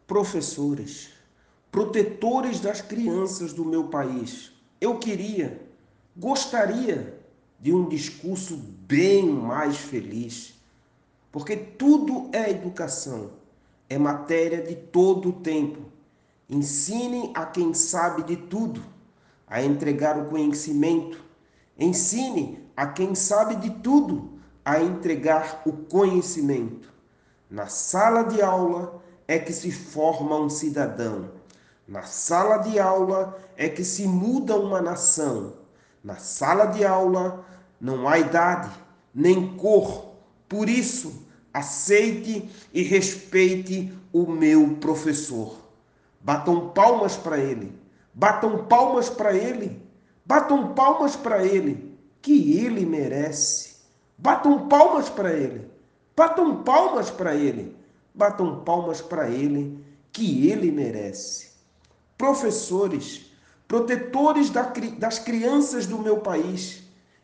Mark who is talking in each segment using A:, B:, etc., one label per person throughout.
A: Professores, protetores das crianças do meu país, eu gostaria de um discurso bem mais feliz, porque tudo é educação, é matéria de todo o tempo. Ensine a quem sabe de tudo a entregar o conhecimento. Ensine a quem sabe de tudo a entregar o conhecimento. Na sala de aula é que se forma um cidadão. Na sala de aula é que se muda uma nação. Na sala de aula não há idade, nem cor. Por isso, aceite e respeite o meu professor. Batam palmas para ele. Batam palmas para ele. Batam palmas para ele, que ele merece. Batam palmas para ele. Batam palmas para ele. Batam palmas para ele, que ele merece. Professores, protetores das crianças do meu país,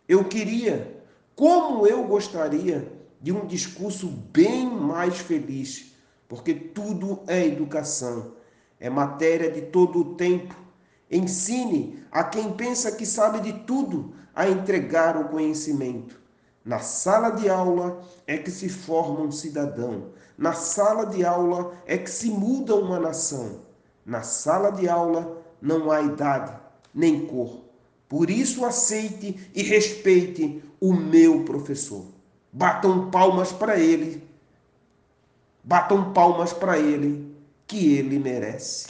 A: como eu gostaria de um discurso bem mais feliz, porque tudo é educação, é matéria de todo o tempo. Ensine a quem pensa que sabe de tudo a entregar o conhecimento. Na sala de aula é que se forma um cidadão. Na sala de aula é que se muda uma nação. Na sala de aula não há idade nem cor. Por isso aceite e respeite o meu professor. Batam palmas para ele. Batam palmas para ele, que ele merece.